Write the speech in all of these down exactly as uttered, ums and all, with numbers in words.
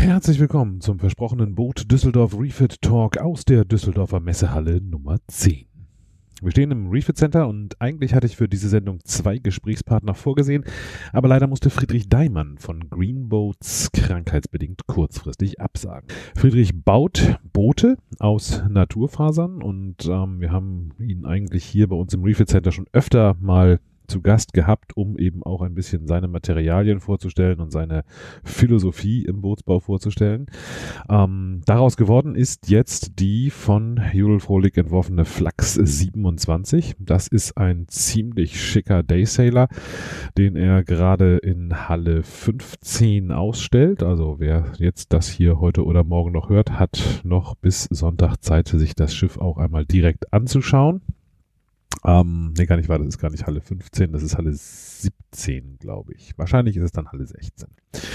Herzlich willkommen zum versprochenen Boot Düsseldorf Refit Talk aus der Düsseldorfer Messehalle Nummer zehn. Wir stehen im Refit Center und eigentlich hatte ich für diese Sendung zwei Gesprächspartner vorgesehen, aber leider musste Friedrich Deimann von Greenboats krankheitsbedingt kurzfristig absagen. Friedrich baut Boote aus Naturfasern und ähm, wir haben ihn eigentlich hier bei uns im Refit Center schon öfter mal zu Gast gehabt, um eben auch ein bisschen seine Materialien vorzustellen und seine Philosophie im Bootsbau vorzustellen. Ähm, daraus geworden ist jetzt die von Judel Frohlich entworfene Flachs siebenundzwanzig. Das ist ein ziemlich schicker Daysailer, den er gerade in Halle fünfzehn ausstellt. Also wer jetzt das hier heute oder morgen noch hört, hat noch bis Sonntag Zeit, sich das Schiff auch einmal direkt anzuschauen. Ähm, nee, gar nicht wahr, das ist gar nicht Halle fünfzehn, das ist Halle siebzehn, glaube ich. Wahrscheinlich ist es dann Halle sechzehn.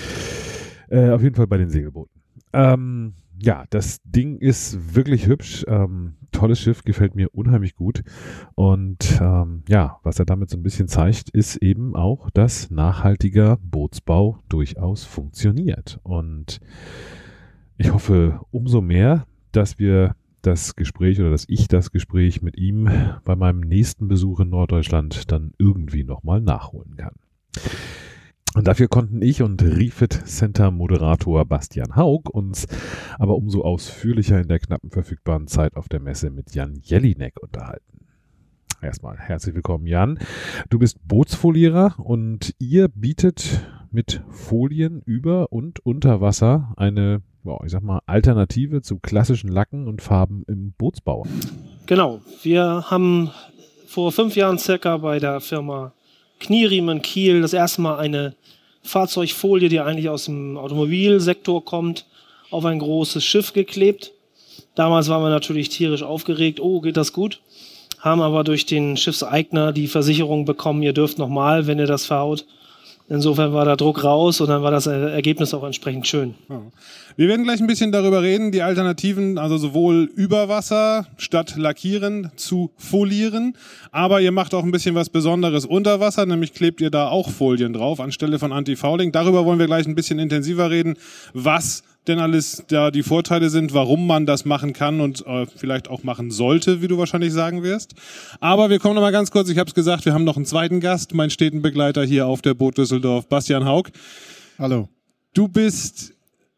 Äh, auf jeden Fall bei den Segelbooten. Ähm, ja, das Ding ist wirklich hübsch. Ähm, tolles Schiff, gefällt mir unheimlich gut. Und ähm, ja, was er damit so ein bisschen zeigt, ist eben auch, dass nachhaltiger Bootsbau durchaus funktioniert. Und ich hoffe umso mehr, dass wir das Gespräch oder dass ich das Gespräch mit ihm bei meinem nächsten Besuch in Norddeutschland dann irgendwie nochmal nachholen kann. Und dafür konnten ich und Refit Center Moderator Bastian Haug uns aber umso ausführlicher in der knappen verfügbaren Zeit auf der Messe mit Jan Jelinek unterhalten. Erstmal herzlich willkommen, Jan. Du bist Bootsfolierer und ihr bietet mit Folien über und unter Wasser eine, ich sag mal, Alternative zu klassischen Lacken und Farben im Bootsbau. Genau, wir haben vor fünf Jahren circa bei der Firma Knierriemen Kiel das erste Mal eine Fahrzeugfolie, die eigentlich aus dem Automobilsektor kommt, auf ein großes Schiff geklebt. Damals waren wir natürlich tierisch aufgeregt, oh, geht das gut? Haben aber durch den Schiffseigner die Versicherung bekommen, ihr dürft nochmal, wenn ihr das verhaut. Insofern war der Druck raus und dann war das Ergebnis auch entsprechend schön. Ja. Wir werden gleich ein bisschen darüber reden, die Alternativen, also sowohl über Wasser statt lackieren zu folieren, aber ihr macht auch ein bisschen was Besonderes unter Wasser, nämlich klebt ihr da auch Folien drauf anstelle von Anti-Fouling. Darüber wollen wir gleich ein bisschen intensiver reden, was denn alles da die Vorteile sind, warum man das machen kann und äh, vielleicht auch machen sollte, wie du wahrscheinlich sagen wirst. Aber wir kommen noch mal ganz kurz, ich habe es gesagt, wir haben noch einen zweiten Gast, meinen steten Begleiter hier auf der Boot Düsseldorf, Bastian Haug. Hallo. Du bist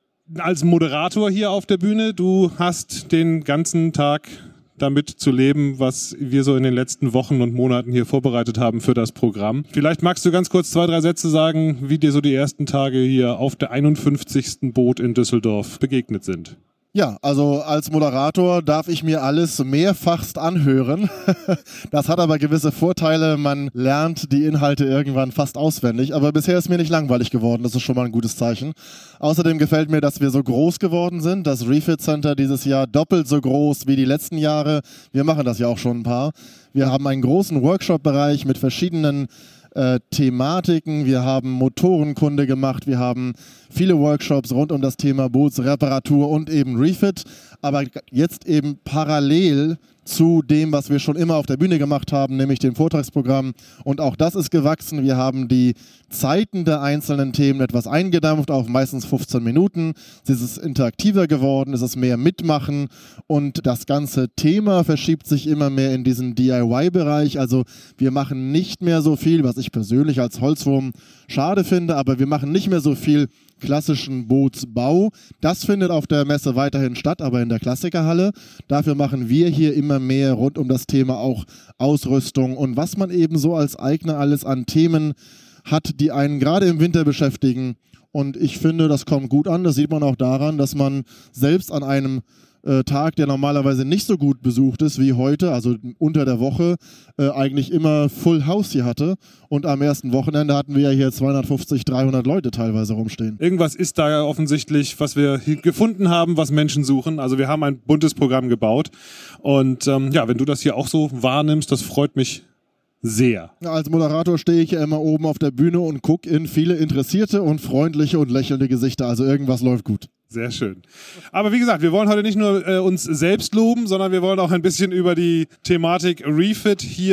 als Moderator hier auf der Bühne, du hast den ganzen Tag damit zu leben, was wir so in den letzten Wochen und Monaten hier vorbereitet haben für das Programm. Vielleicht magst du ganz kurz zwei, drei Sätze sagen, wie dir so die ersten Tage hier auf der einundfünfzigsten Boot in Düsseldorf begegnet sind. Ja, also als Moderator darf ich mir alles mehrfachst anhören. Das hat aber gewisse Vorteile. Man lernt die Inhalte irgendwann fast auswendig. Aber bisher ist mir nicht langweilig geworden. Das ist schon mal ein gutes Zeichen. Außerdem gefällt mir, dass wir so groß geworden sind. Das Refit Center dieses Jahr doppelt so groß wie die letzten Jahre. Wir machen das ja auch schon ein paar. Wir haben einen großen Workshop-Bereich mit verschiedenen Äh, Thematiken, wir haben Motorenkunde gemacht, wir haben viele Workshops rund um das Thema Bootsreparatur und eben Refit, aber jetzt eben parallel zu dem, was wir schon immer auf der Bühne gemacht haben, nämlich dem Vortragsprogramm, und auch das ist gewachsen. Wir haben die Zeiten der einzelnen Themen etwas eingedampft auf meistens fünfzehn Minuten. Es ist interaktiver geworden, es ist mehr Mitmachen und das ganze Thema verschiebt sich immer mehr in diesen D I Y-Bereich. Also wir machen nicht mehr so viel, was ich persönlich als Holzwurm schade finde, aber wir machen nicht mehr so viel klassischen Bootsbau. Das findet auf der Messe weiterhin statt, aber in der Klassikerhalle. Dafür machen wir hier immer mehr rund um das Thema auch Ausrüstung und was man eben so als Eigner alles an Themen hat, die einen gerade im Winter beschäftigen. Und ich finde, das kommt gut an. Das sieht man auch daran, dass man selbst an einem äh, Tag, der normalerweise nicht so gut besucht ist wie heute, also unter der Woche, äh, eigentlich immer Full House hier hatte. Und am ersten Wochenende hatten wir ja hier zweihundertfünfzig, dreihundert Leute teilweise rumstehen. Irgendwas ist da ja offensichtlich, was wir gefunden haben, was Menschen suchen. Also wir haben ein buntes Programm gebaut. Und ähm, ja, wenn du das hier auch so wahrnimmst, das freut mich sehr. Ja, als Moderator stehe ich ja immer oben auf der Bühne und gucke in viele interessierte und freundliche und lächelnde Gesichter. Also irgendwas läuft gut. Sehr schön. Aber wie gesagt, wir wollen heute nicht nur äh, uns selbst loben, sondern wir wollen auch ein bisschen über die Thematik Refit hier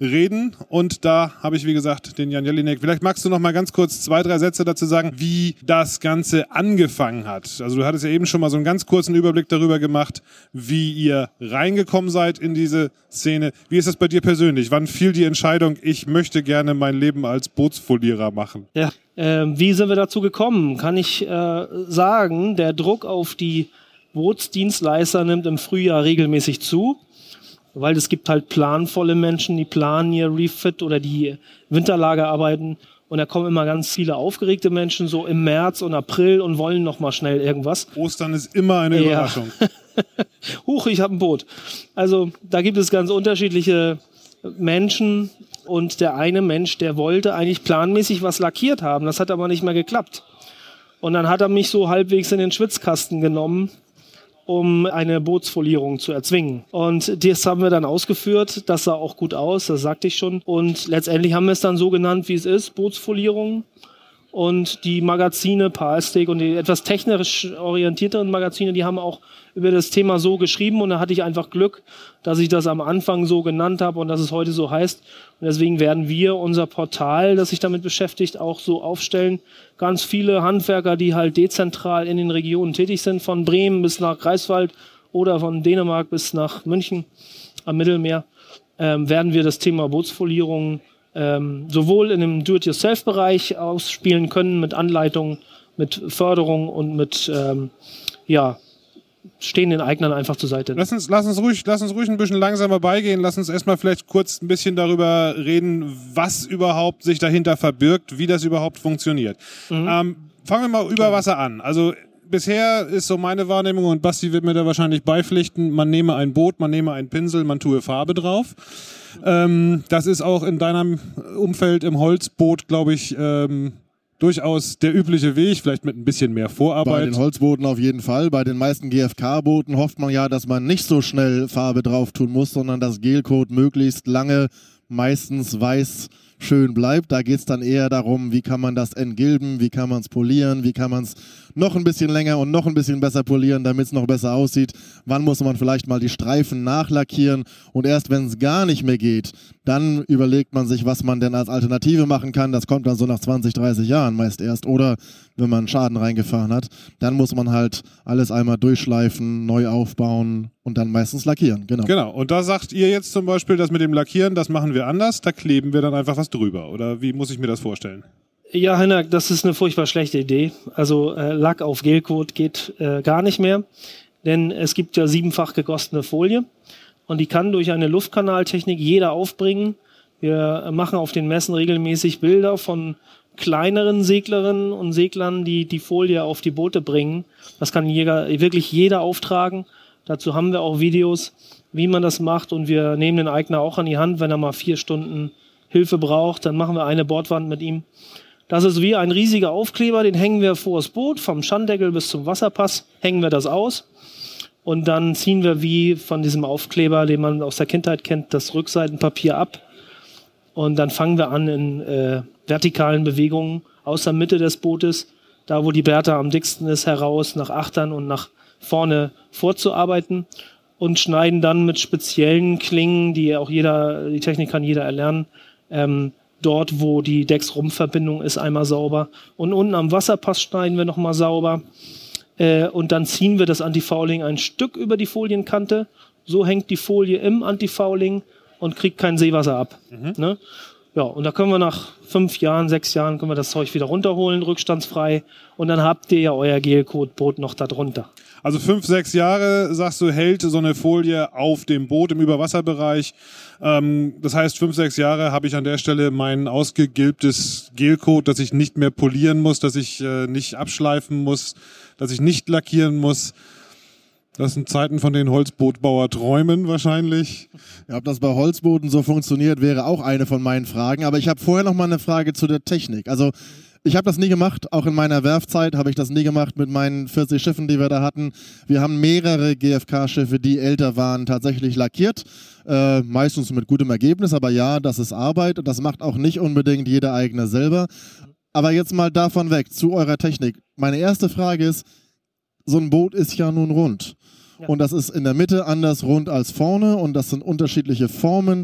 reden. Und da habe ich, wie gesagt, den Jan Jelinek. Vielleicht magst du noch mal ganz kurz zwei, drei Sätze dazu sagen, wie das Ganze angefangen hat. Also du hattest ja eben schon mal so einen ganz kurzen Überblick darüber gemacht, wie ihr reingekommen seid in diese Szene. Wie ist das bei dir persönlich? Wann fiel die Entscheidung, ich möchte gerne mein Leben als Bootsfolierer machen? Ja, äh, wie sind wir dazu gekommen? Kann ich äh, sagen, der Druck auf die Bootsdienstleister nimmt im Frühjahr regelmäßig zu, weil es gibt halt planvolle Menschen, die planen ihr Refit oder die Winterlager arbeiten und da kommen immer ganz viele aufgeregte Menschen so im März und April und wollen noch mal schnell irgendwas. Ostern ist immer eine ja. Überraschung. Huch, ich habe ein Boot. Also da gibt es ganz unterschiedliche Menschen und der eine Mensch, der wollte eigentlich planmäßig was lackiert haben, das hat aber nicht mehr geklappt. Und dann hat er mich so halbwegs in den Schwitzkasten genommen, um eine Bootsfolierung zu erzwingen. Und das haben wir dann ausgeführt. Das sah auch gut aus, das sagte ich schon. Und letztendlich haben wir es dann so genannt, wie es ist, Bootsfolierung. Und die Magazine, Palstick und die etwas technisch orientierteren Magazine, die haben auch über das Thema so geschrieben. Und da hatte ich einfach Glück, dass ich das am Anfang so genannt habe und dass es heute so heißt. Und deswegen werden wir unser Portal, das sich damit beschäftigt, auch so aufstellen. Ganz viele Handwerker, die halt dezentral in den Regionen tätig sind, von Bremen bis nach Greifswald oder von Dänemark bis nach München am Mittelmeer, ähm, werden wir das Thema Bootsfolierung ähm, sowohl in dem Do-it-yourself-Bereich ausspielen können, mit Anleitung, mit Förderung und mit ähm, ja, stehen den Eignern einfach zur Seite. Lass uns, lass uns, ruhig, lass uns ruhig ein bisschen langsamer beigehen. Lass uns erstmal vielleicht kurz ein bisschen darüber reden, was überhaupt sich dahinter verbirgt, wie das überhaupt funktioniert. Mhm. Ähm, fangen wir mal über Wasser an. Also bisher ist so meine Wahrnehmung, und Basti wird mir da wahrscheinlich beipflichten, man nehme ein Boot, man nehme einen Pinsel, man tue Farbe drauf. Ähm, das ist auch in deinem Umfeld im Holzboot, glaube ich, ähm, durchaus der übliche Weg, vielleicht mit ein bisschen mehr Vorarbeit. Bei den Holzbooten auf jeden Fall. Bei den meisten G F K-Booten hofft man ja, dass man nicht so schnell Farbe drauf tun muss, sondern dass Gelcoat möglichst lange, meistens weiß, schön bleibt. Da geht es dann eher darum, wie kann man das entgilben, wie kann man es polieren, wie kann man es noch ein bisschen länger und noch ein bisschen besser polieren, damit es noch besser aussieht. Wann muss man vielleicht mal die Streifen nachlackieren und erst wenn es gar nicht mehr geht, dann überlegt man sich, was man denn als Alternative machen kann. Das kommt dann so nach zwanzig, dreißig Jahren meist erst oder wenn man einen Schaden reingefahren hat. Dann muss man halt alles einmal durchschleifen, neu aufbauen und dann meistens lackieren. Genau. Genau. Und da sagt ihr jetzt zum Beispiel, das mit dem Lackieren, das machen wir anders, da kleben wir dann einfach was drüber. Oder wie muss ich mir das vorstellen? Ja, Henrik, das ist eine furchtbar schlechte Idee. Also äh, Lack auf Gelcoat geht äh, gar nicht mehr, denn es gibt ja siebenfach gegossene Folie und die kann durch eine Luftkanaltechnik jeder aufbringen. Wir machen auf den Messen regelmäßig Bilder von kleineren Seglerinnen und Seglern, die die Folie auf die Boote bringen. Das kann jeder, wirklich jeder auftragen. Dazu haben wir auch Videos, wie man das macht und wir nehmen den Eigner auch an die Hand, wenn er mal vier Stunden Hilfe braucht, dann machen wir eine Bordwand mit ihm. Das ist wie ein riesiger Aufkleber, den hängen wir vor das Boot, vom Schanddeckel bis zum Wasserpass, hängen wir das aus und dann ziehen wir wie von diesem Aufkleber, den man aus der Kindheit kennt, das Rückseitenpapier ab und dann fangen wir an in äh, vertikalen Bewegungen aus der Mitte des Bootes, da wo die Bertha am dicksten ist, heraus nach Achtern und nach vorne vorzuarbeiten und schneiden dann mit speziellen Klingen, die auch jeder, die Technik kann jeder erlernen, ähm, dort, wo die Decksrumpfverbindung ist, einmal sauber. Und unten am Wasserpass schneiden wir nochmal sauber. Äh, und dann ziehen wir das Antifouling ein Stück über die Folienkante. So hängt die Folie im Antifouling und kriegt kein Seewasser ab. Mhm. Ne? Ja, und da können wir nach fünf Jahren, sechs Jahren, können wir das Zeug wieder runterholen, rückstandsfrei. Und dann habt ihr ja euer Gelcoat-Boot noch da drunter. Also fünf, sechs Jahre, sagst du, hält so eine Folie auf dem Boot im Überwasserbereich. Ähm, das heißt, fünf, sechs Jahre habe ich an der Stelle mein ausgegilbtes Gelcoat, das ich nicht mehr polieren muss, das ich äh, nicht abschleifen muss, das ich nicht lackieren muss. Das sind Zeiten, von denen Holzbootbauer träumen wahrscheinlich. Ja, ob das bei Holzbooten so funktioniert, wäre auch eine von meinen Fragen. Aber ich habe vorher noch mal eine Frage zu der Technik. Also ich habe das nie gemacht, auch in meiner Werfzeit habe ich das nie gemacht mit meinen vierzig Schiffen, die wir da hatten. Wir haben mehrere G F K-Schiffe, die älter waren, tatsächlich lackiert. Äh, meistens mit gutem Ergebnis, aber ja, das ist Arbeit und das macht auch nicht unbedingt jeder Eigner selber. Aber jetzt mal davon weg, zu eurer Technik. Meine erste Frage ist, so ein Boot ist ja nun rund. Ja. Und das ist in der Mitte anders rund als vorne und das sind unterschiedliche Formen.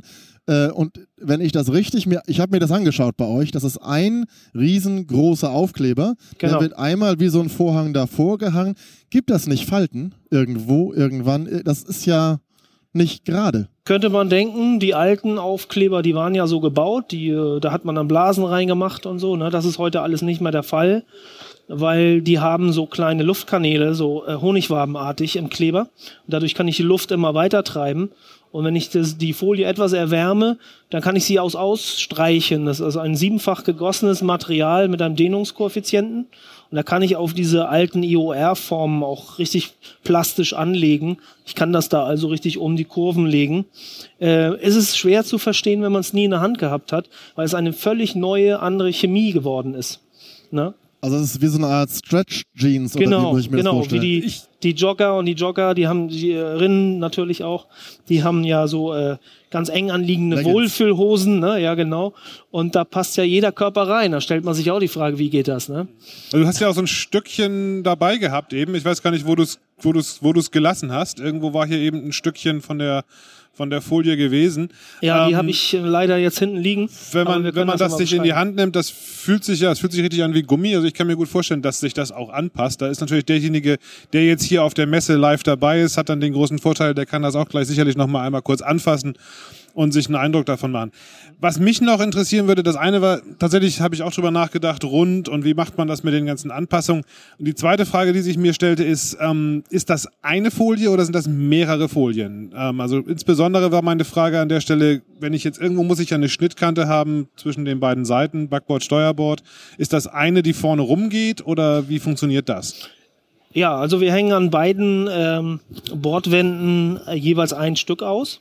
Äh, und wenn ich das richtig mir, ich habe mir das angeschaut bei euch, das ist ein riesengroßer Aufkleber, Genau. der wird einmal wie so ein Vorhang davor gehangen. Gibt das nicht Falten irgendwo, irgendwann? Das ist ja nicht gerade. Könnte man denken, die alten Aufkleber, die waren ja so gebaut, die, äh, da hat man dann Blasen reingemacht und so, ne? Das ist heute alles nicht mehr der Fall, weil die haben so kleine Luftkanäle, so äh, honigwabenartig im Kleber. Und dadurch kann ich die Luft immer weiter treiben. Und wenn ich das, die Folie etwas erwärme, dann kann ich sie aus ausstreichen. Das ist also ein siebenfach gegossenes Material mit einem Dehnungskoeffizienten. Und da kann ich auf diese alten I O R-Formen auch richtig plastisch anlegen. Ich kann das da also richtig um die Kurven legen. Äh, es ist schwer zu verstehen, wenn man es nie in der Hand gehabt hat, weil es eine völlig neue, andere Chemie geworden ist. Ne? Also es ist wie so eine Art Stretch-Jeans, oder Genau, wie muss ich mir genau, das vorstellen? wie die, die Jogger und die Jogger, die haben, die äh, Rinnen natürlich auch, die haben ja so äh, ganz eng anliegende Leggings. Wohlfühlhosen, ne? Ja genau. Und da passt ja jeder Körper rein. Da stellt man sich auch die Frage, wie geht das, ne? Also du hast ja auch so ein Stückchen dabei gehabt eben. Ich weiß gar nicht, wo du es wo du's, wo du's gelassen hast. Irgendwo war hier eben ein Stückchen von der von der Folie gewesen. Ja, die Ähm, habe ich äh, leider jetzt hinten liegen. Wenn aber man, wir wenn können man das aber sich in die beschreiben. Hand nimmt, das fühlt sich ja, es fühlt sich richtig an wie Gummi. Also ich kann mir gut vorstellen, dass sich das auch anpasst. Da ist natürlich derjenige, der jetzt hier auf der Messe live dabei ist, hat dann den großen Vorteil, der kann das auch gleich sicherlich noch mal einmal kurz anfassen und sich einen Eindruck davon machen. Was mich noch interessieren würde, das eine war, tatsächlich habe ich auch drüber nachgedacht, rund und wie macht man das mit den ganzen Anpassungen. Und die zweite Frage, die sich mir stellte, ist, ähm, ist das eine Folie oder sind das mehrere Folien? Ähm, also insbesondere war meine Frage an der Stelle, wenn ich jetzt irgendwo muss ich ja eine Schnittkante haben zwischen den beiden Seiten, Backboard, Steuerbord. Ist das eine, die vorne rumgeht oder wie funktioniert das? Ja, also wir hängen an beiden ähm, Bordwänden äh, jeweils ein Stück aus.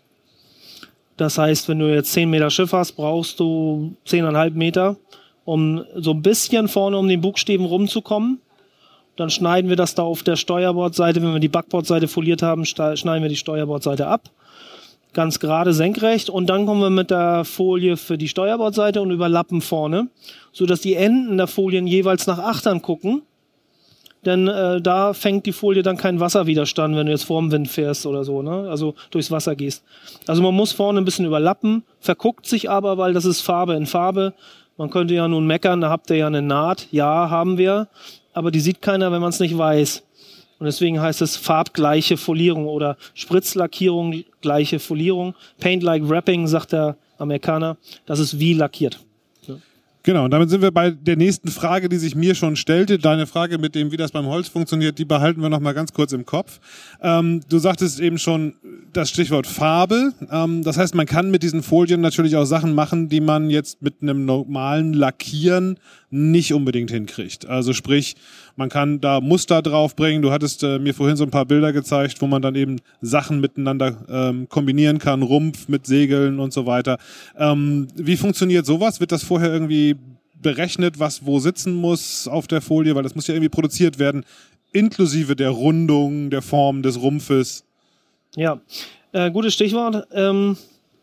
Das heißt, wenn du jetzt zehn Meter Schiff hast, brauchst du zehn Komma fünf Meter, um so ein bisschen vorne um den Buchstaben rumzukommen. Dann schneiden wir das da auf der Steuerbordseite, wenn wir die Backbordseite foliert haben, schneiden wir die Steuerbordseite ab. Ganz gerade senkrecht. Und dann kommen wir mit der Folie für die Steuerbordseite und überlappen vorne, sodass die Enden der Folien jeweils nach Achtern gucken. Denn äh, da fängt die Folie dann keinen Wasserwiderstand, wenn du jetzt vorm Wind fährst oder so, ne? Also durchs Wasser gehst. Also man muss vorne ein bisschen überlappen, verguckt sich aber, weil das ist Farbe in Farbe. Man könnte ja nun meckern, da habt ihr ja eine Naht. Ja, haben wir, aber die sieht keiner, wenn man es nicht weiß. Und deswegen heißt es farbgleiche Folierung oder Spritzlackierung, gleiche Folierung. Paint-like Wrapping, sagt der Amerikaner. Das ist wie lackiert. Genau, und damit sind wir bei der nächsten Frage, die sich mir schon stellte. Deine Frage mit dem, wie das beim Holz funktioniert, die behalten wir noch mal ganz kurz im Kopf. Ähm, du sagtest eben schon das Stichwort Farbe. Ähm, das heißt, man kann mit diesen Folien natürlich auch Sachen machen, die man jetzt mit einem normalen Lackieren nicht unbedingt hinkriegt. Also sprich, man kann da Muster draufbringen. Du hattest äh, mir vorhin so ein paar Bilder gezeigt, wo man dann eben Sachen miteinander ähm, kombinieren kann, Rumpf mit Segeln und so weiter. Ähm, wie funktioniert sowas? Wird das vorher irgendwie berechnet, was wo sitzen muss auf der Folie? Weil das muss ja irgendwie produziert werden, inklusive der Rundung, der Form des Rumpfes. Ja, äh, gutes Stichwort. Ähm,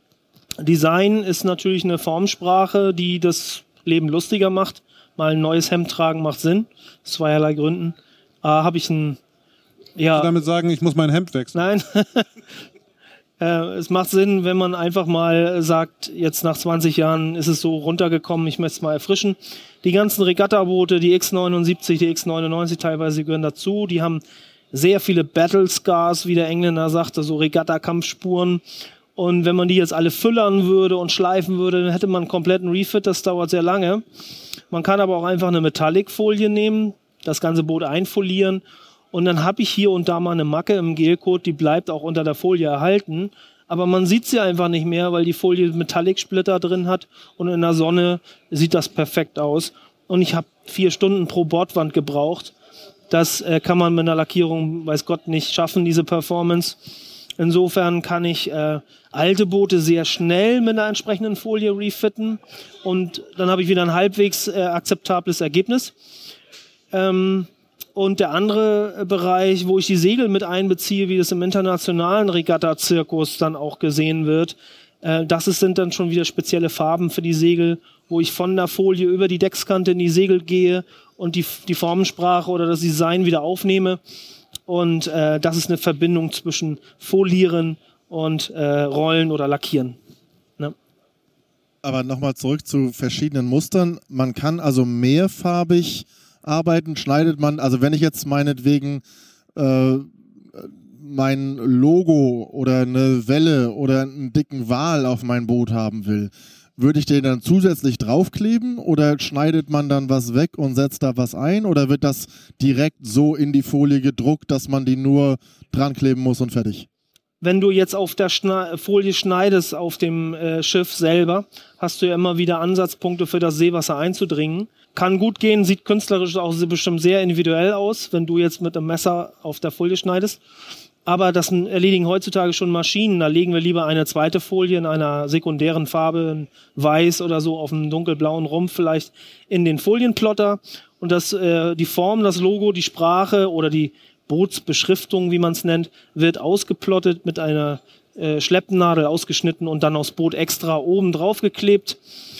Design ist natürlich eine Formsprache, die das Leben lustiger macht. Mal ein neues Hemd tragen macht Sinn. Aus zweierlei Gründen. Äh, Habe ich ein... Ja, Ich damit sagen, ich muss mein Hemd wechseln. nein. äh, es macht Sinn, wenn man einfach mal sagt, jetzt nach zwanzig Jahren ist es so runtergekommen, ich möchte es mal erfrischen. Die ganzen Regattaboote, die X neunundsiebzig, die X neunundneunzig teilweise gehören dazu. Die haben sehr viele Battle Scars, wie der Engländer sagte, so Regatta-Kampfspuren. Und wenn man die jetzt alle füllern würde und schleifen würde, dann hätte man einen kompletten Refit, das dauert sehr lange. Man kann aber auch einfach eine Metallic-Folie nehmen, das ganze Boot einfolieren und dann habe ich hier und da mal eine Macke im Gelcoat, die bleibt auch unter der Folie erhalten, aber man sieht sie einfach nicht mehr, weil die Folie Metallic-Splitter drin hat und in der Sonne sieht das perfekt aus. Und ich habe vier Stunden pro Bordwand gebraucht. Das äh, kann man mit einer Lackierung, weiß Gott, nicht schaffen, diese Performance. Insofern kann ich äh, alte Boote sehr schnell mit einer entsprechenden Folie refitten und dann habe ich wieder ein halbwegs äh, akzeptables Ergebnis. Ähm, und der andere Bereich, wo ich die Segel mit einbeziehe, wie das im internationalen Regatta-Zirkus dann auch gesehen wird, äh, das ist, sind dann schon wieder spezielle Farben für die Segel, wo ich von der Folie über die Deckskante in die Segel gehe und die, die Formensprache oder das Design wieder aufnehme. Und äh, das ist eine Verbindung zwischen Folieren und äh, Rollen oder Lackieren. Ne? Aber nochmal zurück zu verschiedenen Mustern. Man kann also mehrfarbig arbeiten, schneidet man, also wenn ich jetzt meinetwegen äh, mein Logo oder eine Welle oder einen dicken Wal auf mein Boot haben will, würde ich den dann zusätzlich draufkleben oder schneidet man dann was weg und setzt da was ein oder wird das direkt so in die Folie gedruckt, dass man die nur dran kleben muss und fertig? Wenn du jetzt auf der Schne- Folie schneidest auf dem äh, Schiff selber, hast du ja immer wieder Ansatzpunkte für das Seewasser einzudringen. Kann gut gehen, sieht künstlerisch auch bestimmt sehr individuell aus, wenn du jetzt mit einem Messer auf der Folie schneidest. Aber das erledigen heutzutage schon Maschinen. Da legen wir lieber eine zweite Folie in einer sekundären Farbe, in weiß oder so, auf einem dunkelblauen Rumpf vielleicht in den Folienplotter. Und das, äh, die Form, das Logo, die Sprache oder die Bootsbeschriftung, wie man es nennt, wird ausgeplottet mit einer äh, Schleppnadel ausgeschnitten und dann aufs Boot extra oben drauf geklebt.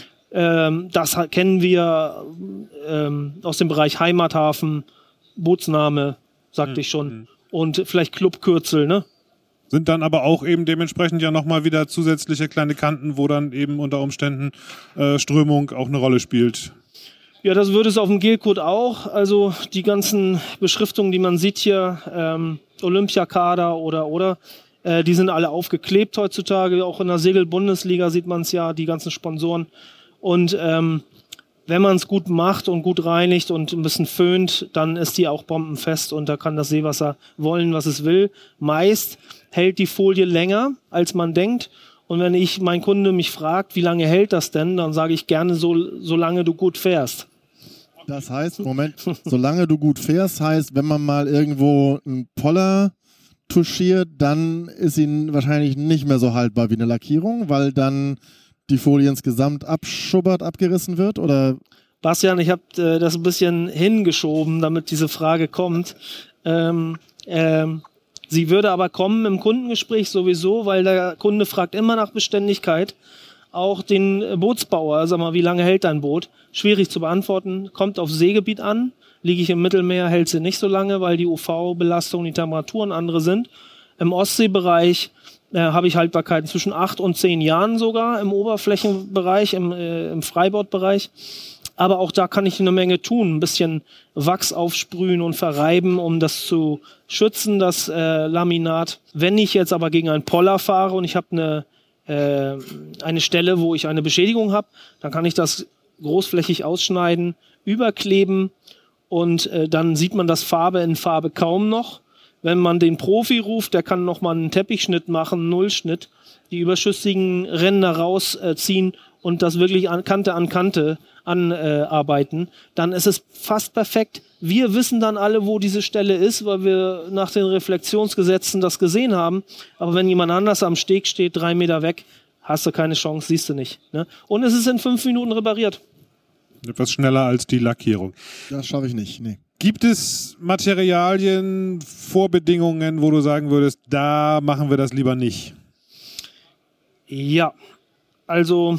Ähm, das kennen wir ähm, aus dem Bereich Heimathafen, Bootsname, sagte mhm. ich schon. Und vielleicht Clubkürzel, ne? Sind dann aber auch eben dementsprechend ja nochmal wieder zusätzliche kleine Kanten, wo dann eben unter Umständen äh, Strömung auch eine Rolle spielt. Ja, das würde es auf dem Gelcode auch. Also die ganzen Beschriftungen, die man sieht hier, ähm, Olympiakader oder, oder, äh, die sind alle aufgeklebt heutzutage. Auch in der Segelbundesliga sieht man es ja, die ganzen Sponsoren. Und ähm, wenn man es gut macht und gut reinigt und ein bisschen föhnt, dann ist die auch bombenfest und da kann das Seewasser wollen, was es will. Meist hält die Folie länger, als man denkt. Und wenn ich, mein Kunde mich fragt, wie lange hält das denn, dann sage ich gerne, so, solange du gut fährst. Das heißt, Moment, solange du gut fährst, heißt, wenn man mal irgendwo einen Poller touchiert, dann ist sie wahrscheinlich nicht mehr so haltbar wie eine Lackierung, weil dann die Folie insgesamt abschubbert, abgerissen wird, oder? Bastian, ich habe äh, das ein bisschen hingeschoben, damit diese Frage kommt. Ähm, ähm, sie würde aber kommen im Kundengespräch sowieso, weil der Kunde fragt immer nach Beständigkeit. Auch den Bootsbauer, sag mal, wie lange hält dein Boot? Schwierig zu beantworten, kommt auf Seegebiet an. Liege ich im Mittelmeer, hält sie nicht so lange, weil die U V-Belastung, die Temperaturen andere sind. Im Ostseebereich äh, habe ich Haltbarkeiten zwischen acht und zehn Jahren sogar im Oberflächenbereich, im, äh, im Freibordbereich. Aber auch da kann ich eine Menge tun. Ein bisschen Wachs aufsprühen und verreiben, um das zu schützen, das äh, Laminat. Wenn ich jetzt aber gegen einen Poller fahre und ich habe eine, äh, eine Stelle, wo ich eine Beschädigung habe, dann kann ich das großflächig ausschneiden, überkleben und äh, dann sieht man das Farbe in Farbe kaum noch. Wenn man den Profi ruft, der kann nochmal einen Teppichschnitt machen, einen Nullschnitt, die überschüssigen Ränder rausziehen äh, und das wirklich an Kante an Kante anarbeiten, äh, dann ist es fast perfekt. Wir wissen dann alle, wo diese Stelle ist, weil wir nach den Reflexionsgesetzen das gesehen haben. Aber wenn jemand anders am Steg steht, drei Meter weg, hast du keine Chance, siehst du nicht. Ne? Und es ist in fünf Minuten repariert. Etwas schneller als die Lackierung. Das schaffe ich nicht, nee. Gibt es Materialien, Vorbedingungen, wo du sagen würdest, da machen wir das lieber nicht? Ja, also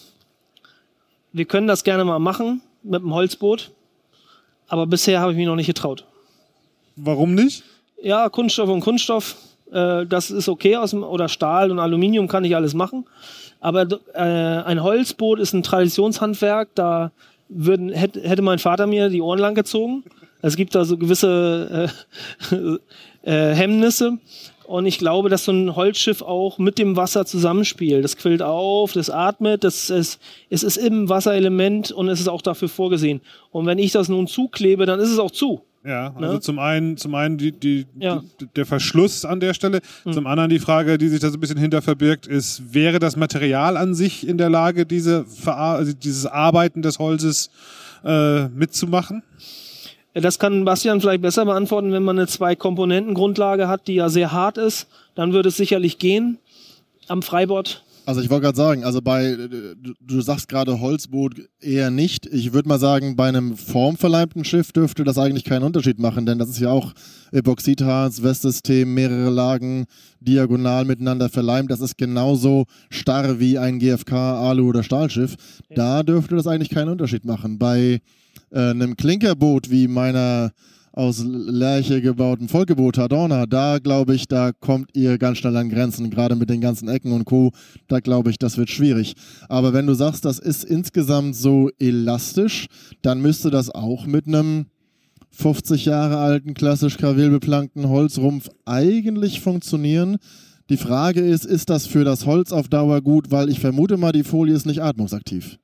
wir können das gerne mal machen mit dem Holzboot, aber bisher habe ich mich noch nicht getraut. Warum nicht? Ja, Kunststoff und Kunststoff, äh, das ist okay, aus dem, oder Stahl und Aluminium kann ich alles machen, aber äh, ein Holzboot ist ein Traditionshandwerk, da würden, hätte, hätte mein Vater mir die Ohren lang gezogen. Es gibt da so gewisse äh, äh, Hemmnisse. Und ich glaube, dass so ein Holzschiff auch mit dem Wasser zusammenspielt. Das quillt auf, das atmet, das ist, es ist im Wasserelement und es ist auch dafür vorgesehen. Und wenn ich das nun zuklebe, dann ist es auch zu. Ja, also ne? zum einen, zum einen die, die, ja. die, der Verschluss an der Stelle, mhm. zum anderen die Frage, die sich da so ein bisschen hinter verbirgt, ist, wäre das Material an sich in der Lage, diese also dieses Arbeiten des Holzes äh, mitzumachen? Das kann Bastian vielleicht besser beantworten, wenn man eine Zwei-Komponenten-Grundlage hat, die ja sehr hart ist, dann würde es sicherlich gehen am Freibord. Also ich wollte gerade sagen, also bei, du, du sagst gerade Holzboot eher nicht. Ich würde mal sagen, bei einem formverleimten Schiff dürfte das eigentlich keinen Unterschied machen, denn das ist ja auch Epoxidharz, Westsystem, mehrere Lagen, diagonal miteinander verleimt. Das ist genauso starr wie ein G F K, Alu- oder Stahlschiff. Da dürfte das eigentlich keinen Unterschied machen. Bei äh, einem Klinkerboot wie meiner aus Lärche gebauten Vollgebot Tadorna, da glaube ich, da kommt ihr ganz schnell an Grenzen, gerade mit den ganzen Ecken und Co., da glaube ich, das wird schwierig. Aber wenn du sagst, das ist insgesamt so elastisch, dann müsste das auch mit einem fünfzig Jahre alten, klassisch krawillbeplankten Holzrumpf eigentlich funktionieren. Die Frage ist, ist das für das Holz auf Dauer gut, weil ich vermute mal, die Folie ist nicht atmungsaktiv.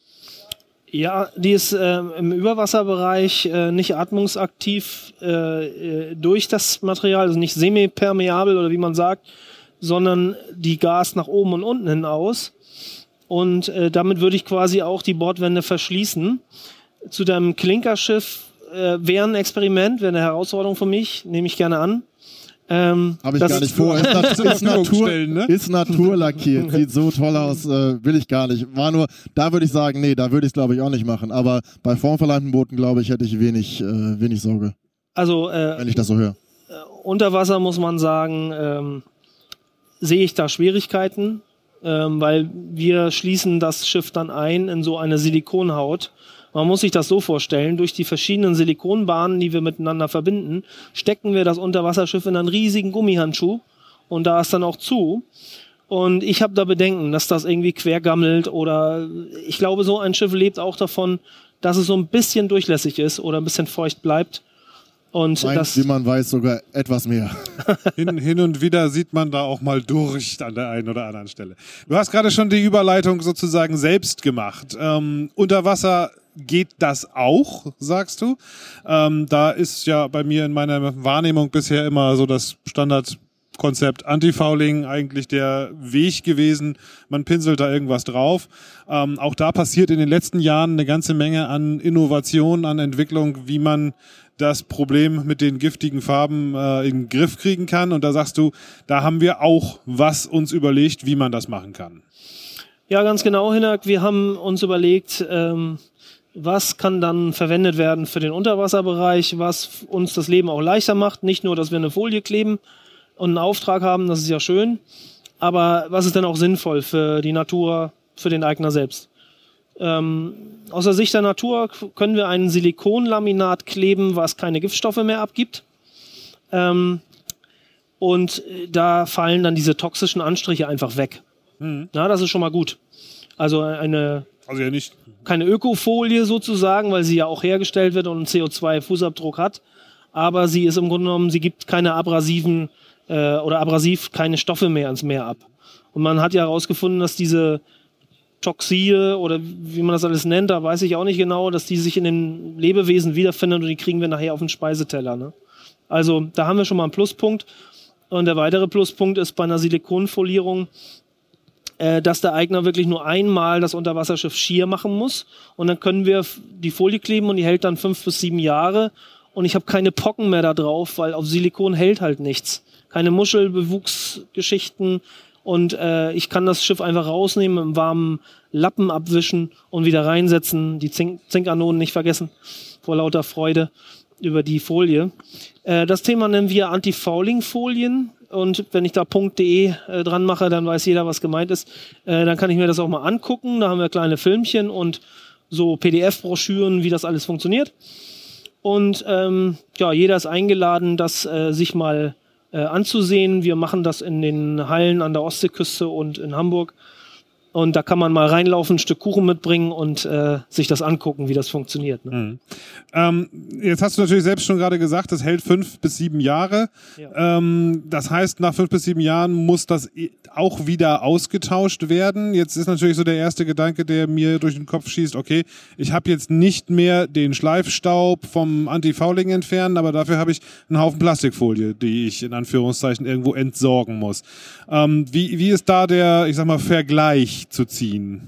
Ja, die ist äh, im Überwasserbereich äh, nicht atmungsaktiv äh, durch das Material, also nicht semipermeabel oder wie man sagt, sondern die gast nach oben und unten hin aus. Und äh, damit würde ich quasi auch die Bordwände verschließen. Zu deinem Klinkerschiff äh, wäre ein Experiment, wäre eine Herausforderung für mich, nehme ich gerne an. Ähm, Habe ich gar nicht vor. Ist, nat ist, Natur, stellen, ne? Ist naturlackiert, sieht so toll aus, äh, will ich gar nicht. War nur, da würde ich sagen, nee, da würde ich es glaube ich auch nicht machen. Aber bei formverleimten Booten, glaube ich, hätte ich wenig, äh, wenig Sorge. Also, äh, wenn ich das so höre. Äh, unter Wasser muss man sagen, ähm, sehe ich da Schwierigkeiten, ähm, weil wir schließen das Schiff dann ein in so eine Silikonhaut. Man muss sich das so vorstellen, durch die verschiedenen Silikonbahnen, die wir miteinander verbinden, stecken wir das Unterwasserschiff in einen riesigen Gummihandschuh und da ist dann auch zu. Und ich habe da Bedenken, dass das irgendwie quergammelt oder ich glaube, so ein Schiff lebt auch davon, dass es so ein bisschen durchlässig ist oder ein bisschen feucht bleibt. Und Meint, das, wie man weiß, sogar etwas mehr. hin, hin und wieder sieht man da auch mal durch an der einen oder anderen Stelle. Du hast gerade schon die Überleitung sozusagen selbst gemacht. Ähm, unter Wasser geht das auch, sagst du? Ähm, da ist ja bei mir in meiner Wahrnehmung bisher immer so das Standardkonzept Anti-Fouling eigentlich der Weg gewesen. Man pinselt da irgendwas drauf. Ähm, auch da passiert in den letzten Jahren eine ganze Menge an Innovation, an Entwicklung, wie man das Problem mit den giftigen Farben äh, in den Griff kriegen kann. Und da sagst du, da haben wir auch was uns überlegt, wie man das machen kann. Ja, ganz genau, Hinak. Wir haben uns überlegt, ähm, was kann dann verwendet werden für den Unterwasserbereich, was uns das Leben auch leichter macht. Nicht nur, dass wir eine Folie kleben und einen Auftrag haben, das ist ja schön, aber was ist denn auch sinnvoll für die Natur, für den Eigner selbst? Ähm, aus der Sicht der Natur können wir ein Silikonlaminat kleben, was keine Giftstoffe mehr abgibt. Ähm, und da fallen dann diese toxischen Anstriche einfach weg. Mhm. Na, das ist schon mal gut. Also eine also ja nicht keine Ökofolie sozusagen, weil sie ja auch hergestellt wird und einen C O zwei Fußabdruck hat. Aber sie ist im Grunde genommen, sie gibt keine abrasiven äh, oder abrasiv keine Stoffe mehr ins Meer ab. Und man hat ja herausgefunden, dass diese Toxine oder wie man das alles nennt, da weiß ich auch nicht genau, dass die sich in den Lebewesen wiederfinden und die kriegen wir nachher auf den Speiseteller. Ne? Also da haben wir schon mal einen Pluspunkt. Und der weitere Pluspunkt ist bei einer Silikonfolierung, äh, dass der Eigner wirklich nur einmal das Unterwasserschiff schier machen muss und dann können wir die Folie kleben und die hält dann fünf bis sieben Jahre und ich habe keine Pocken mehr da drauf, weil auf Silikon hält halt nichts. Keine Muschelbewuchsgeschichten. Und äh, ich kann das Schiff einfach rausnehmen, im warmen Lappen abwischen und wieder reinsetzen. Die Zink Zinkanonen nicht vergessen, vor lauter Freude über die Folie. Äh, das Thema nennen wir Anti-Fouling-Folien. Und wenn ich da .de äh, dran mache, dann weiß jeder, was gemeint ist. Äh, dann kann ich mir das auch mal angucken. Da haben wir kleine Filmchen und so P D F-Broschüren, wie das alles funktioniert. Und ähm, ja, jeder ist eingeladen, das äh, sich mal Äh, anzusehen. Wir machen das in den Hallen an der Ostseeküste und in Hamburg. Und da kann man mal reinlaufen, ein Stück Kuchen mitbringen und äh, sich das angucken, wie das funktioniert. Ne? Mhm. Ähm, jetzt hast du natürlich selbst schon gerade gesagt, das hält fünf bis sieben Jahre. Ja. Ähm, das heißt, nach fünf bis sieben Jahren muss das auch wieder ausgetauscht werden. Jetzt ist natürlich so der erste Gedanke, der mir durch den Kopf schießt, okay, ich habe jetzt nicht mehr den Schleifstaub vom Anti-Fouling entfernen, aber dafür habe ich einen Haufen Plastikfolie, die ich in Anführungszeichen irgendwo entsorgen muss. Ähm, wie, wie ist da der, ich sag mal, Vergleich zu ziehen?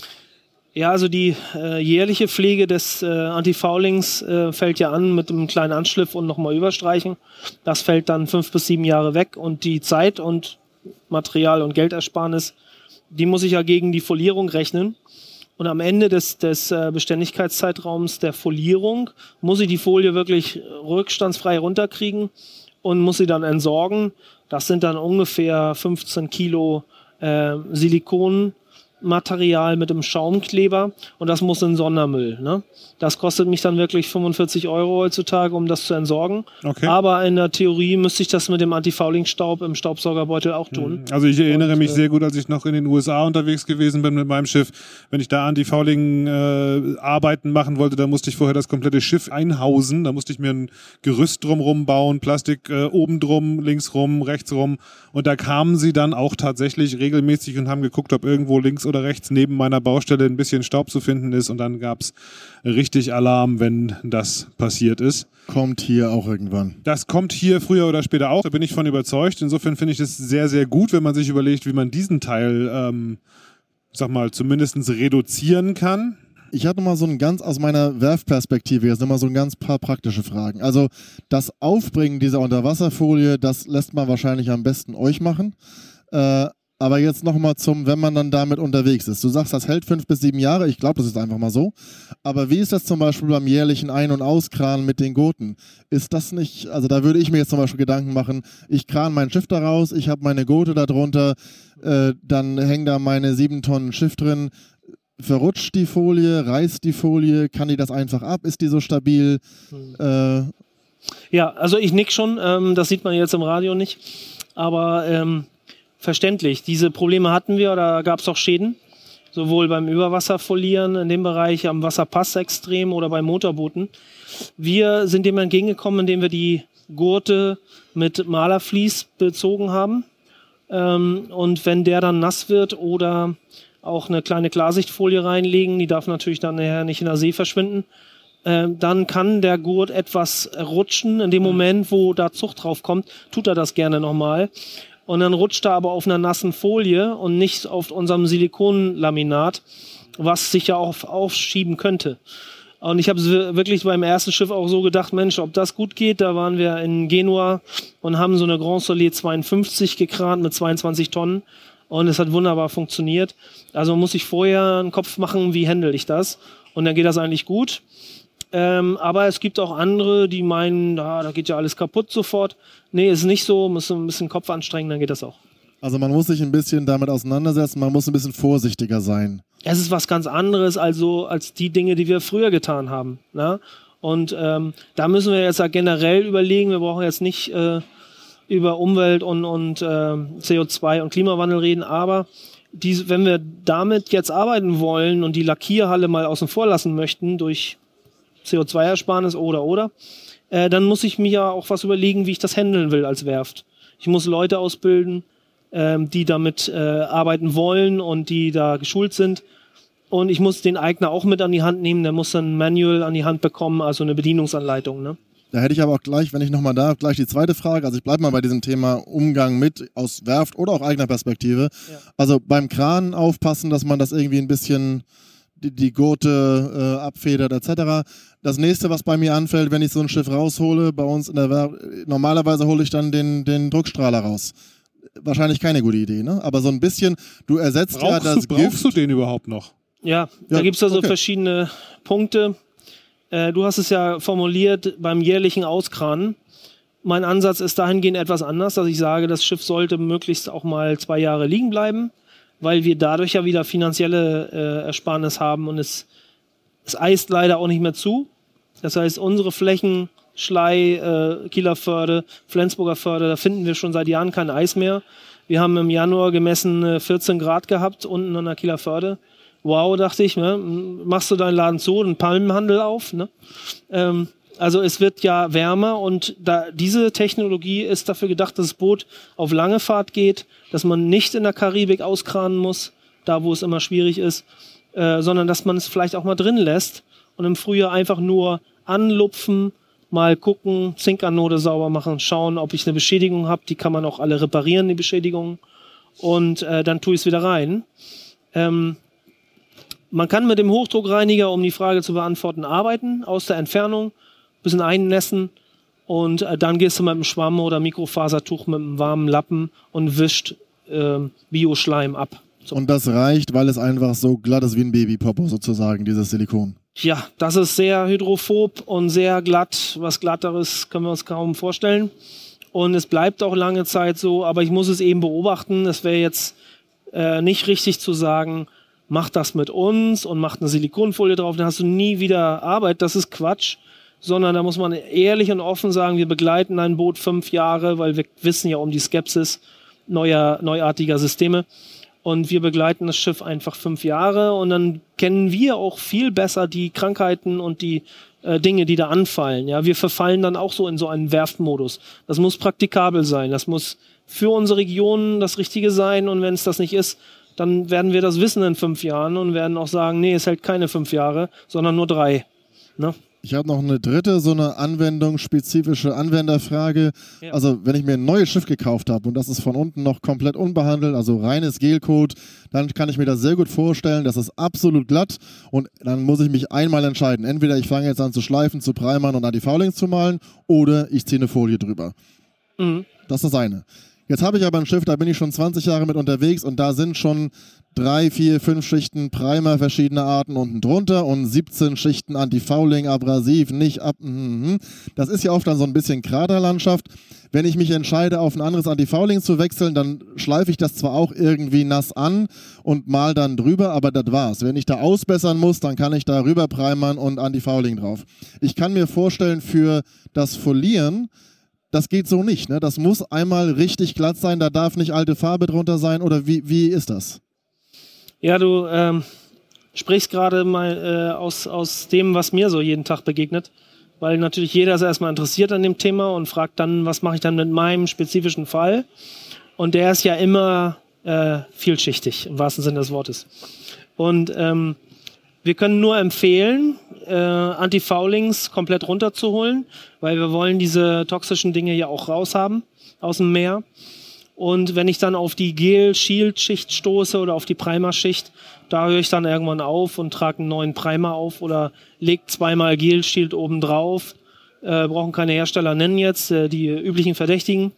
Ja, also die äh, jährliche Pflege des äh, Anti-Foulings äh, fällt ja an mit einem kleinen Anschliff und nochmal überstreichen. Das fällt dann fünf bis sieben Jahre weg und die Zeit und Material- und Geldersparnis, die muss ich ja gegen die Folierung rechnen. Und am Ende des, des äh, Beständigkeitszeitraums der Folierung muss ich die Folie wirklich rückstandsfrei runterkriegen und muss sie dann entsorgen. Das sind dann ungefähr fünfzehn Kilo äh, Silikon, Material mit dem Schaumkleber und das muss in Sondermüll. Ne? Das kostet mich dann wirklich fünfundvierzig Euro heutzutage, um das zu entsorgen. Okay. Aber in der Theorie müsste ich das mit dem Antifouling-Staub im Staubsaugerbeutel auch tun. Also ich erinnere und, mich äh, sehr gut, als ich noch in den U S A unterwegs gewesen bin mit meinem Schiff. Wenn ich da Antifouling-Arbeiten äh, machen wollte, da musste ich vorher das komplette Schiff einhausen. Da musste ich mir ein Gerüst drumherum bauen, Plastik äh, oben drum, links rum, rechts rum. Und da kamen sie dann auch tatsächlich regelmäßig und haben geguckt, ob irgendwo links oder rechts neben meiner Baustelle ein bisschen Staub zu finden ist. Und dann gab es richtig Alarm, wenn das passiert ist. Kommt hier auch irgendwann. Das kommt hier früher oder später auch, da bin ich von überzeugt. Insofern finde ich es sehr, sehr gut, wenn man sich überlegt, wie man diesen Teil, ähm, sag mal, zumindest reduzieren kann. Ich hatte mal so ein ganz, aus meiner Werfperspektive jetzt nochmal so ein ganz paar praktische Fragen. Also das Aufbringen dieser Unterwasserfolie, das lässt man wahrscheinlich am besten euch machen. Äh, aber jetzt nochmal zum, wenn man dann damit unterwegs ist. Du sagst, das hält fünf bis sieben Jahre. Ich glaube, das ist einfach mal so. Aber wie ist das zum Beispiel beim jährlichen Ein- und Auskran mit den Gurten? Ist das nicht, also da würde ich mir jetzt zum Beispiel Gedanken machen, ich kran mein Schiff da raus, ich habe meine Gurte da drunter, äh, dann hängen da meine sieben Tonnen Schiff drin. Verrutscht die Folie, reißt die Folie, kann die das einfach ab? Ist die so stabil? Hm. Äh, ja, also ich nick schon, ähm, das sieht man jetzt im Radio nicht, aber ähm, verständlich, diese Probleme hatten wir, da gab es auch Schäden, sowohl beim Überwasserfolieren in dem Bereich am Wasserpass extrem oder bei Motorbooten. Wir sind dem entgegengekommen, indem wir die Gurte mit Malervlies bezogen haben ähm, und wenn der dann nass wird oder auch eine kleine Klarsichtfolie reinlegen, die darf natürlich dann nachher nicht in der See verschwinden. Ähm, dann kann der Gurt etwas rutschen. In dem Moment, wo da Zucht drauf kommt, tut er das gerne nochmal. Und dann rutscht er aber auf einer nassen Folie und nicht auf unserem Silikonlaminat, was sich ja auch aufschieben könnte. Und ich habe wirklich beim ersten Schiff auch so gedacht, Mensch, ob das gut geht. Da waren wir in Genua und haben so eine Grand Soleil zweiundfünfzig gekrant mit zweiundzwanzig Tonnen. Und es hat wunderbar funktioniert. Also muss ich vorher einen Kopf machen, wie handle ich das? Und dann geht das eigentlich gut. Ähm, aber es gibt auch andere, die meinen, ah, da geht ja alles kaputt sofort. Nee, ist nicht so. Muss ein bisschen Kopf anstrengen, dann geht das auch. Also man muss sich ein bisschen damit auseinandersetzen, man muss ein bisschen vorsichtiger sein. Es ist was ganz anderes also als die Dinge, die wir früher getan haben. Ne? Und ähm, da müssen wir jetzt ja generell überlegen, wir brauchen jetzt nicht äh, über Umwelt und, und äh, C O zwei und Klimawandel reden, aber die, wenn wir damit jetzt arbeiten wollen und die Lackierhalle mal außen vor lassen möchten durch C O zwei Ersparnis oder oder, äh, dann muss ich mir ja auch was überlegen, wie ich das handeln will als Werft. Ich muss Leute ausbilden, ähm, die damit äh, arbeiten wollen und die da geschult sind. Und ich muss den Eigner auch mit an die Hand nehmen, der muss dann ein Manual an die Hand bekommen, also eine Bedienungsanleitung, ne? Da hätte ich aber auch gleich, wenn ich nochmal darf, gleich die zweite Frage. Also ich bleibe mal bei diesem Thema Umgang mit aus Werft oder auch eigener Perspektive. Ja. Also beim Kran aufpassen, dass man das irgendwie ein bisschen die, die Gurte äh, abfedert et cetera. Das nächste, was bei mir anfällt, wenn ich so ein Schiff raushole, bei uns in der Werft, normalerweise hole ich dann den, den Druckstrahler raus. Wahrscheinlich keine gute Idee, ne? Aber so ein bisschen, du ersetzt brauchst ja das du, Brauchst Gift. du den überhaupt noch? Ja, Ja, da gibt es also okay. verschiedene Punkte. Äh, du hast es ja formuliert beim jährlichen Auskranen. Mein Ansatz ist dahingehend etwas anders, dass ich sage, das Schiff sollte möglichst auch mal zwei Jahre liegen bleiben, weil wir dadurch ja wieder finanzielle äh, Ersparnis haben und es, es eist leider auch nicht mehr zu. Das heißt, unsere Flächen, Schlei, äh, Kieler Förde, Flensburger Förde, da finden wir schon seit Jahren kein Eis mehr. Wir haben im Januar gemessen äh, vierzehn Grad gehabt unten an der Kieler Förde. Wow, dachte ich, ne? Machst du deinen Laden zu, einen Palmenhandel auf. Ne? Ähm, also es wird ja wärmer und da, diese Technologie ist dafür gedacht, dass das Boot auf lange Fahrt geht, dass man nicht in der Karibik auskranen muss, da wo es immer schwierig ist, äh, sondern dass man es vielleicht auch mal drin lässt und im Frühjahr einfach nur anlupfen, mal gucken, Zinkanode sauber machen, schauen, ob ich eine Beschädigung habe. Die kann man auch alle reparieren, die Beschädigungen. Und äh, dann tue ich es wieder rein. Ähm, Man kann mit dem Hochdruckreiniger, um die Frage zu beantworten, arbeiten, aus der Entfernung, ein bisschen einnässen und äh, dann gehst du mit einem Schwamm oder Mikrofasertuch mit einem warmen Lappen und wischt äh, Bioschleim ab. So. Und das reicht, weil es einfach so glatt ist wie ein Babypopo sozusagen, dieses Silikon. Ja, das ist sehr hydrophob und sehr glatt. Was Glatteres können wir uns kaum vorstellen. Und es bleibt auch lange Zeit so, aber ich muss es eben beobachten. Es wäre jetzt äh, nicht richtig zu sagen, macht das mit uns und macht eine Silikonfolie drauf, dann hast du nie wieder Arbeit. Das ist Quatsch. Sondern da muss man ehrlich und offen sagen, wir begleiten ein Boot fünf Jahre, weil wir wissen ja um die Skepsis neuer, neuartiger Systeme. Und wir begleiten das Schiff einfach fünf Jahre und dann kennen wir auch viel besser die Krankheiten und die äh, Dinge, die da anfallen. Ja, wir verfallen dann auch so in so einen Werftmodus. Das muss praktikabel sein, das muss für unsere Region das Richtige sein und wenn es das nicht ist, dann werden wir das wissen in fünf Jahren und werden auch sagen, nee, es hält keine fünf Jahre, sondern nur drei. Ne? Ich habe noch eine dritte, so eine anwendungsspezifische Anwenderfrage. Ja. Also wenn ich mir ein neues Schiff gekauft habe und das ist von unten noch komplett unbehandelt, also reines Gelcoat, dann kann ich mir das sehr gut vorstellen, das ist absolut glatt und dann muss ich mich einmal entscheiden. Entweder ich fange jetzt an zu schleifen, zu primern und Anti-Foulings zu malen oder ich ziehe eine Folie drüber. Mhm. Das ist das eine. Jetzt habe ich aber ein Schiff, da bin ich schon zwanzig Jahre mit unterwegs und da sind schon drei, vier, fünf Schichten Primer verschiedener Arten unten drunter und siebzehn Schichten Anti-Fouling, abrasiv, nicht ab. Das ist ja oft dann so ein bisschen Kraterlandschaft. Wenn ich mich entscheide, auf ein anderes Anti-Fouling zu wechseln, dann schleife ich das zwar auch irgendwie nass an und mal dann drüber, aber das war's. Wenn ich da ausbessern muss, dann kann ich da rüber primern und Anti-Fouling drauf. Ich kann mir vorstellen, für das Folieren, das geht so nicht. Ne? Das muss einmal richtig glatt sein, da darf nicht alte Farbe drunter sein oder wie, wie ist das? Ja, du ähm, sprichst gerade mal äh, aus, aus dem, was mir so jeden Tag begegnet, weil natürlich jeder ist erstmal interessiert an dem Thema und fragt dann, was mache ich dann mit meinem spezifischen Fall? Und der ist ja immer äh, vielschichtig, im wahrsten Sinne des Wortes. Und ähm, wir können nur empfehlen, äh, Anti-Foulings komplett runterzuholen, weil wir wollen diese toxischen Dinge ja auch raushaben aus dem Meer. Und wenn ich dann auf die Gel-Shield-Schicht stoße oder auf die Primer-Schicht, da höre ich dann irgendwann auf und trage einen neuen Primer auf oder lege zweimal Gel-Shield oben drauf. Äh, brauchen keine Hersteller nennen jetzt, äh, die üblichen Verdächtigen.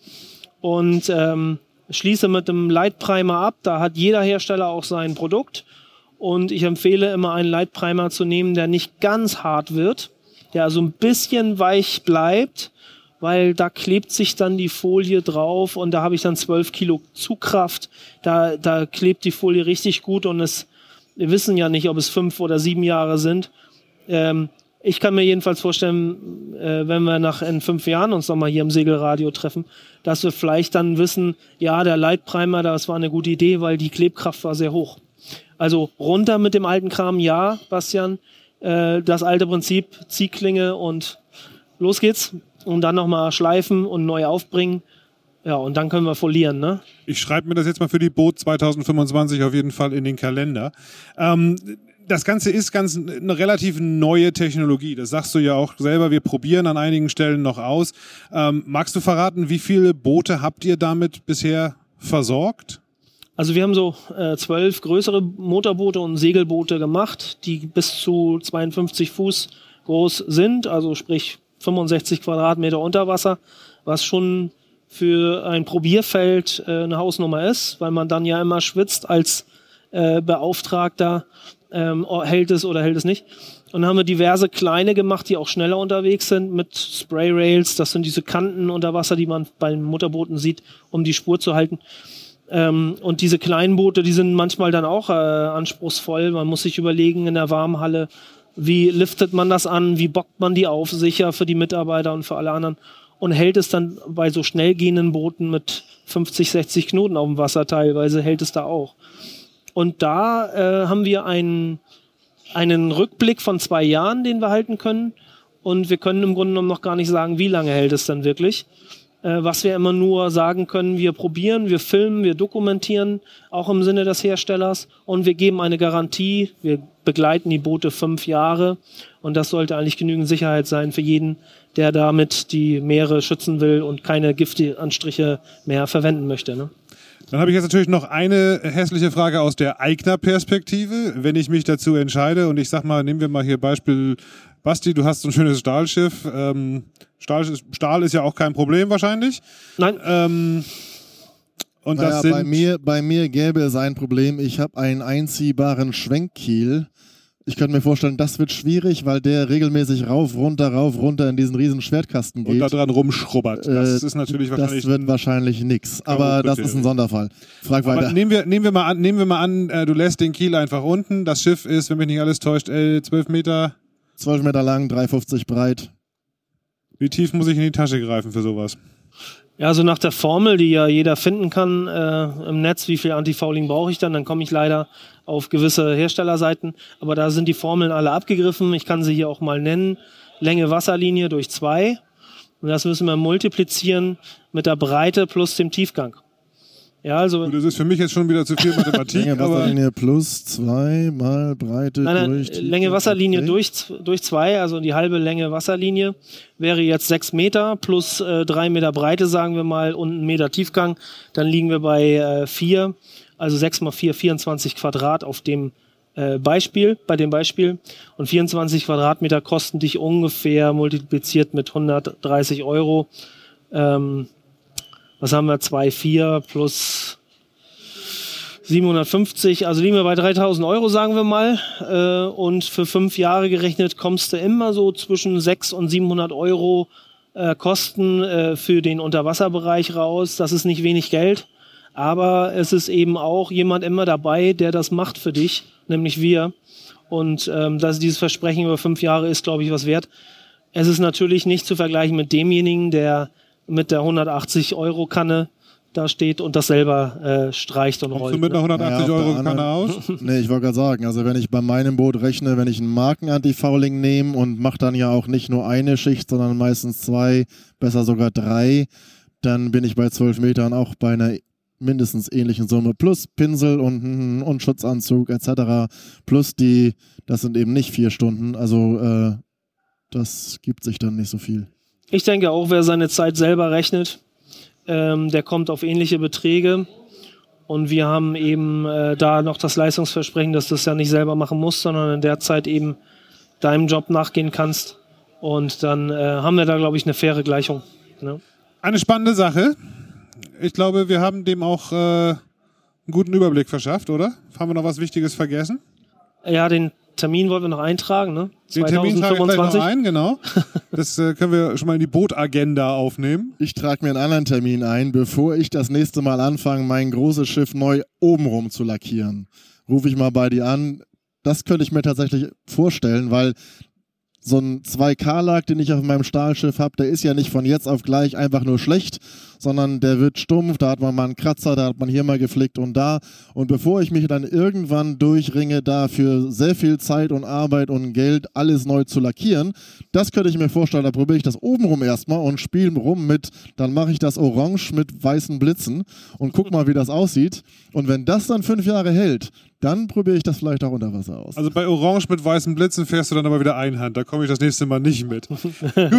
Und ähm, schließe mit dem Light-Primer ab. Da hat jeder Hersteller auch sein Produkt. Und ich empfehle immer einen Light-Primer zu nehmen, der nicht ganz hart wird, der also ein bisschen weich bleibt, weil da klebt sich dann die Folie drauf und da habe ich dann zwölf Kilo Zugkraft. Da, da klebt die Folie richtig gut und es, wir wissen ja nicht, ob es fünf oder sieben Jahre sind. Ähm, ich kann mir jedenfalls vorstellen, äh, wenn wir nach in fünf Jahren uns nochmal hier im Segelradio treffen, dass wir vielleicht dann wissen, ja, der Light Primer, das war eine gute Idee, weil die Klebkraft war sehr hoch. Also runter mit dem alten Kram, ja, Bastian. Äh, das alte Prinzip, Ziehklinge und los geht's. Und dann nochmal schleifen und neu aufbringen. Ja, und dann können wir folieren, ne? Ich schreibe mir das jetzt mal für die Boot zwanzig fünfundzwanzig auf jeden Fall in den Kalender. Ähm, das Ganze ist ganz eine relativ neue Technologie. Das sagst du ja auch selber. Wir probieren an einigen Stellen noch aus. Ähm, magst du verraten, wie viele Boote habt ihr damit bisher versorgt? Also wir haben so äh, zwölf größere Motorboote und Segelboote gemacht, die bis zu zweiundfünfzig Fuß groß sind. Also sprich fünfundsechzig Quadratmeter Unterwasser, was schon für ein Probierfeld äh, eine Hausnummer ist, weil man dann ja immer schwitzt als äh, Beauftragter, ähm, hält es oder hält es nicht. Und dann haben wir diverse kleine gemacht, die auch schneller unterwegs sind mit Spray Rails. Das sind diese Kanten unter Wasser, die man bei Motorbooten sieht, um die Spur zu halten. Ähm, und diese kleinen Boote, die sind manchmal dann auch äh, anspruchsvoll. Man muss sich überlegen in der Warmhalle, wie liftet man das an, wie bockt man die auf, sicher für die Mitarbeiter und für alle anderen. Und hält es dann bei so schnell gehenden Booten mit fünfzig, sechzig Knoten auf dem Wasser teilweise, hält es da auch. Und da äh, haben wir einen, einen Rückblick von zwei Jahren, den wir halten können. Und wir können im Grunde genommen noch gar nicht sagen, wie lange hält es dann wirklich. Äh, was wir immer nur sagen können, wir probieren, wir filmen, wir dokumentieren, auch im Sinne des Herstellers. Und wir geben eine Garantie, wir begleiten die Boote fünf Jahre. Und das sollte eigentlich genügend Sicherheit sein für jeden, der damit die Meere schützen will und keine Giftanstriche mehr verwenden möchte. Ne? Dann habe ich jetzt natürlich noch eine hässliche Frage aus der Eigner-Perspektive. Wenn ich mich dazu entscheide und ich sag mal, nehmen wir mal hier Beispiel, Basti, du hast so ein schönes Stahlschiff. Ähm, Stahl, Stahl ist ja auch kein Problem wahrscheinlich. Nein. Ähm, und naja, das sind bei mir, bei mir gäbe es ein Problem. Ich habe einen einziehbaren Schwenkkiel. Ich könnte mir vorstellen, das wird schwierig, weil der regelmäßig rauf, runter, rauf, runter in diesen riesen Schwertkasten geht. Und da dran rumschrubbert. Das äh, ist natürlich wahrscheinlich... Das wird wahrscheinlich nix. Aber das ist ein Sonderfall. Frag Aber weiter. Nehmen wir, nehmen wir mal an, nehmen wir mal an äh, du lässt den Kiel einfach unten. Das Schiff ist, wenn mich nicht alles täuscht, äh, zwölf Meter... zwölf Meter lang, drei fünfzig breit. Wie tief muss ich in die Tasche greifen für sowas? Ja, also nach der Formel, die ja jeder finden kann äh, im Netz, wie viel Antifouling brauche ich dann, dann komme ich leider auf gewisse Herstellerseiten, aber da sind die Formeln alle abgegriffen. Ich kann sie hier auch mal nennen. Länge Wasserlinie durch zwei. Und das müssen wir multiplizieren mit der Breite plus dem Tiefgang. Ja, also das ist für mich jetzt schon wieder zu viel Mathematik. Länge Wasserlinie plus zwei mal Breite nein, nein, durch... Länge Wasserlinie durch, durch zwei, also die halbe Länge Wasserlinie wäre jetzt sechs Meter plus äh, drei Meter Breite, sagen wir mal, und ein Meter Tiefgang. Dann liegen wir bei äh, vier, also sechs mal vier, vierundzwanzig Quadrat auf dem äh, Beispiel, bei dem Beispiel. Und vierundzwanzig Quadratmeter kosten dich ungefähr multipliziert mit hundertdreißig Euro. Ähm, Was haben wir? zwei Komma vier plus siebenhundertfünfzig, also liegen wir bei dreitausend Euro, sagen wir mal. Äh, und für fünf Jahre gerechnet kommst du immer so zwischen sechshundert und siebenhundert Euro äh, Kosten äh, für den Unterwasserbereich raus. Das ist nicht wenig Geld, aber es ist eben auch jemand immer dabei, der das macht für dich, nämlich wir. Und ähm, dass dieses Versprechen über fünf Jahre ist, glaube ich, was wert. Es ist natürlich nicht zu vergleichen mit demjenigen, der mit der hundertachtzig Euro Kanne da steht und das selber äh, streicht und rollt. rollt. Kommst du mit einer hundertachtzig Euro naja, Kanne aus? Nee, ich wollte gerade sagen, also wenn ich bei meinem Boot rechne, wenn ich einen Marken-Antifouling nehme und mache dann ja auch nicht nur eine Schicht, sondern meistens zwei, besser sogar drei, dann bin ich bei zwölf Metern auch bei einer mindestens ähnlichen Summe. Plus Pinsel und, und Schutzanzug et cetera. Plus die, das sind eben nicht vier Stunden, also äh, das gibt sich dann nicht so viel. Ich denke auch, wer seine Zeit selber rechnet, ähm, der kommt auf ähnliche Beträge. Und wir haben eben äh, da noch das Leistungsversprechen, dass du es ja nicht selber machen musst, sondern in der Zeit eben deinem Job nachgehen kannst. Und dann äh, haben wir da, glaube ich, eine faire Gleichung. Ne? Eine spannende Sache. Ich glaube, wir haben dem auch äh, einen guten Überblick verschafft, oder? Haben wir noch was Wichtiges vergessen? Ja, den Termin wollten wir noch eintragen, ne? Den Termin trage ich gleich noch ein, genau. Das äh, können wir schon mal in die Bootagenda aufnehmen. Ich trage mir einen anderen Termin ein, bevor ich das nächste Mal anfange, mein großes Schiff neu obenrum zu lackieren. Rufe ich mal bei dir an. Das könnte ich mir tatsächlich vorstellen, weil so ein zwei K-Lack, den ich auf meinem Stahlschiff habe, der ist ja nicht von jetzt auf gleich einfach nur schlecht, sondern der wird stumpf, da hat man mal einen Kratzer, da hat man hier mal geflickt und da. Und bevor ich mich dann irgendwann durchringe, da für sehr viel Zeit und Arbeit und Geld alles neu zu lackieren, das könnte ich mir vorstellen, da probiere ich das obenrum erstmal und spiele rum mit, dann mache ich das orange mit weißen Blitzen und guck mal, wie das aussieht. Und wenn das dann fünf Jahre hält, dann probiere ich das vielleicht auch unter Wasser aus. Also bei Orange mit weißen Blitzen fährst du dann aber wieder Einhand. Da komme ich das nächste Mal nicht mit. Gut.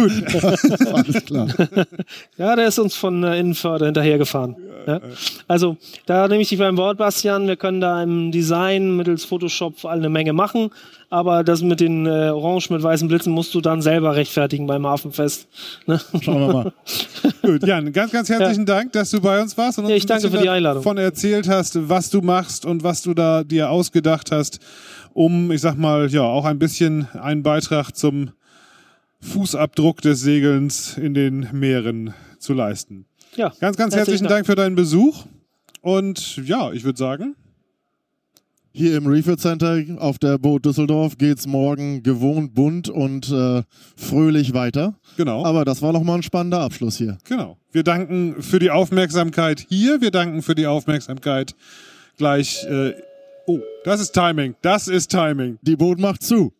Alles klar. Ja, der ist uns von äh, Innenförde hinterhergefahren. Ja, ja. Also da nehme ich dich beim Wort, Bastian. Wir können da im Design mittels Photoshop eine Menge machen. Aber das mit den äh, Orange mit weißen Blitzen musst du dann selber rechtfertigen beim Hafenfest. Ne? Schauen wir mal. Gut, Jan, ganz, ganz herzlichen ja. Dank, dass du bei uns warst und uns ja, ich danke für die Einladung. davon erzählt hast, was du machst und was du da dir ausgedacht hast, um, ich sag mal, ja, auch ein bisschen einen Beitrag zum Fußabdruck des Segelns in den Meeren zu leisten. Ja, ganz, ganz herzlichen Dank. Dank für deinen Besuch und ja, ich würde sagen, hier im Refit Center auf der Boot Düsseldorf geht's morgen gewohnt bunt und äh, fröhlich weiter. Genau. Aber das war nochmal ein spannender Abschluss hier. Genau. Wir danken für die Aufmerksamkeit hier. Wir danken für die Aufmerksamkeit gleich. Äh, oh, das ist Timing. Das ist Timing. Die Boot macht zu.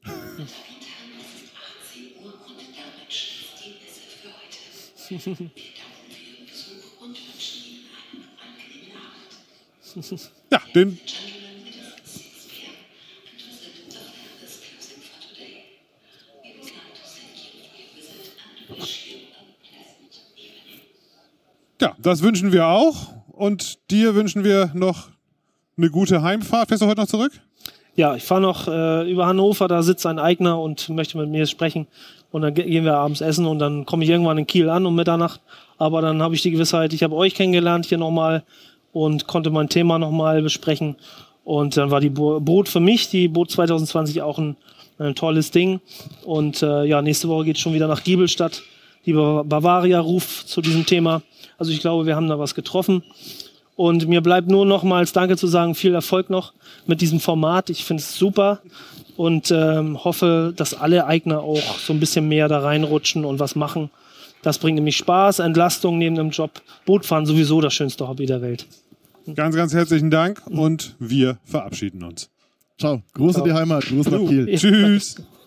Ja, den... Ja, das wünschen wir auch. Und dir wünschen wir noch eine gute Heimfahrt. Fährst du heute noch zurück? Ja, ich fahre noch äh, über Hannover, da sitzt ein Eigner und möchte mit mir sprechen. Und dann gehen wir abends essen und dann komme ich irgendwann in Kiel an um Mitternacht. Aber dann habe ich die Gewissheit, ich habe euch kennengelernt hier nochmal und konnte mein Thema nochmal besprechen. Und dann war die Bo- Boot für mich, die Boot zwanzig zwanzig auch ein, ein tolles Ding. Und äh, ja, nächste Woche geht es schon wieder nach Giebelstadt. Die Ba- Bavaria ruft zu diesem Thema. Also ich glaube, wir haben da was getroffen. Und mir bleibt nur nochmals Danke zu sagen, viel Erfolg noch mit diesem Format. Ich finde es super und ähm, hoffe, dass alle Eigner auch so ein bisschen mehr da reinrutschen und was machen. Das bringt nämlich Spaß, Entlastung neben dem Job. Bootfahren sowieso das schönste Hobby der Welt. Ganz, ganz herzlichen Dank und wir verabschieden uns. Ciao. Gruß in die Heimat. Gruß nach Kiel. Ja, Tschüss. danke.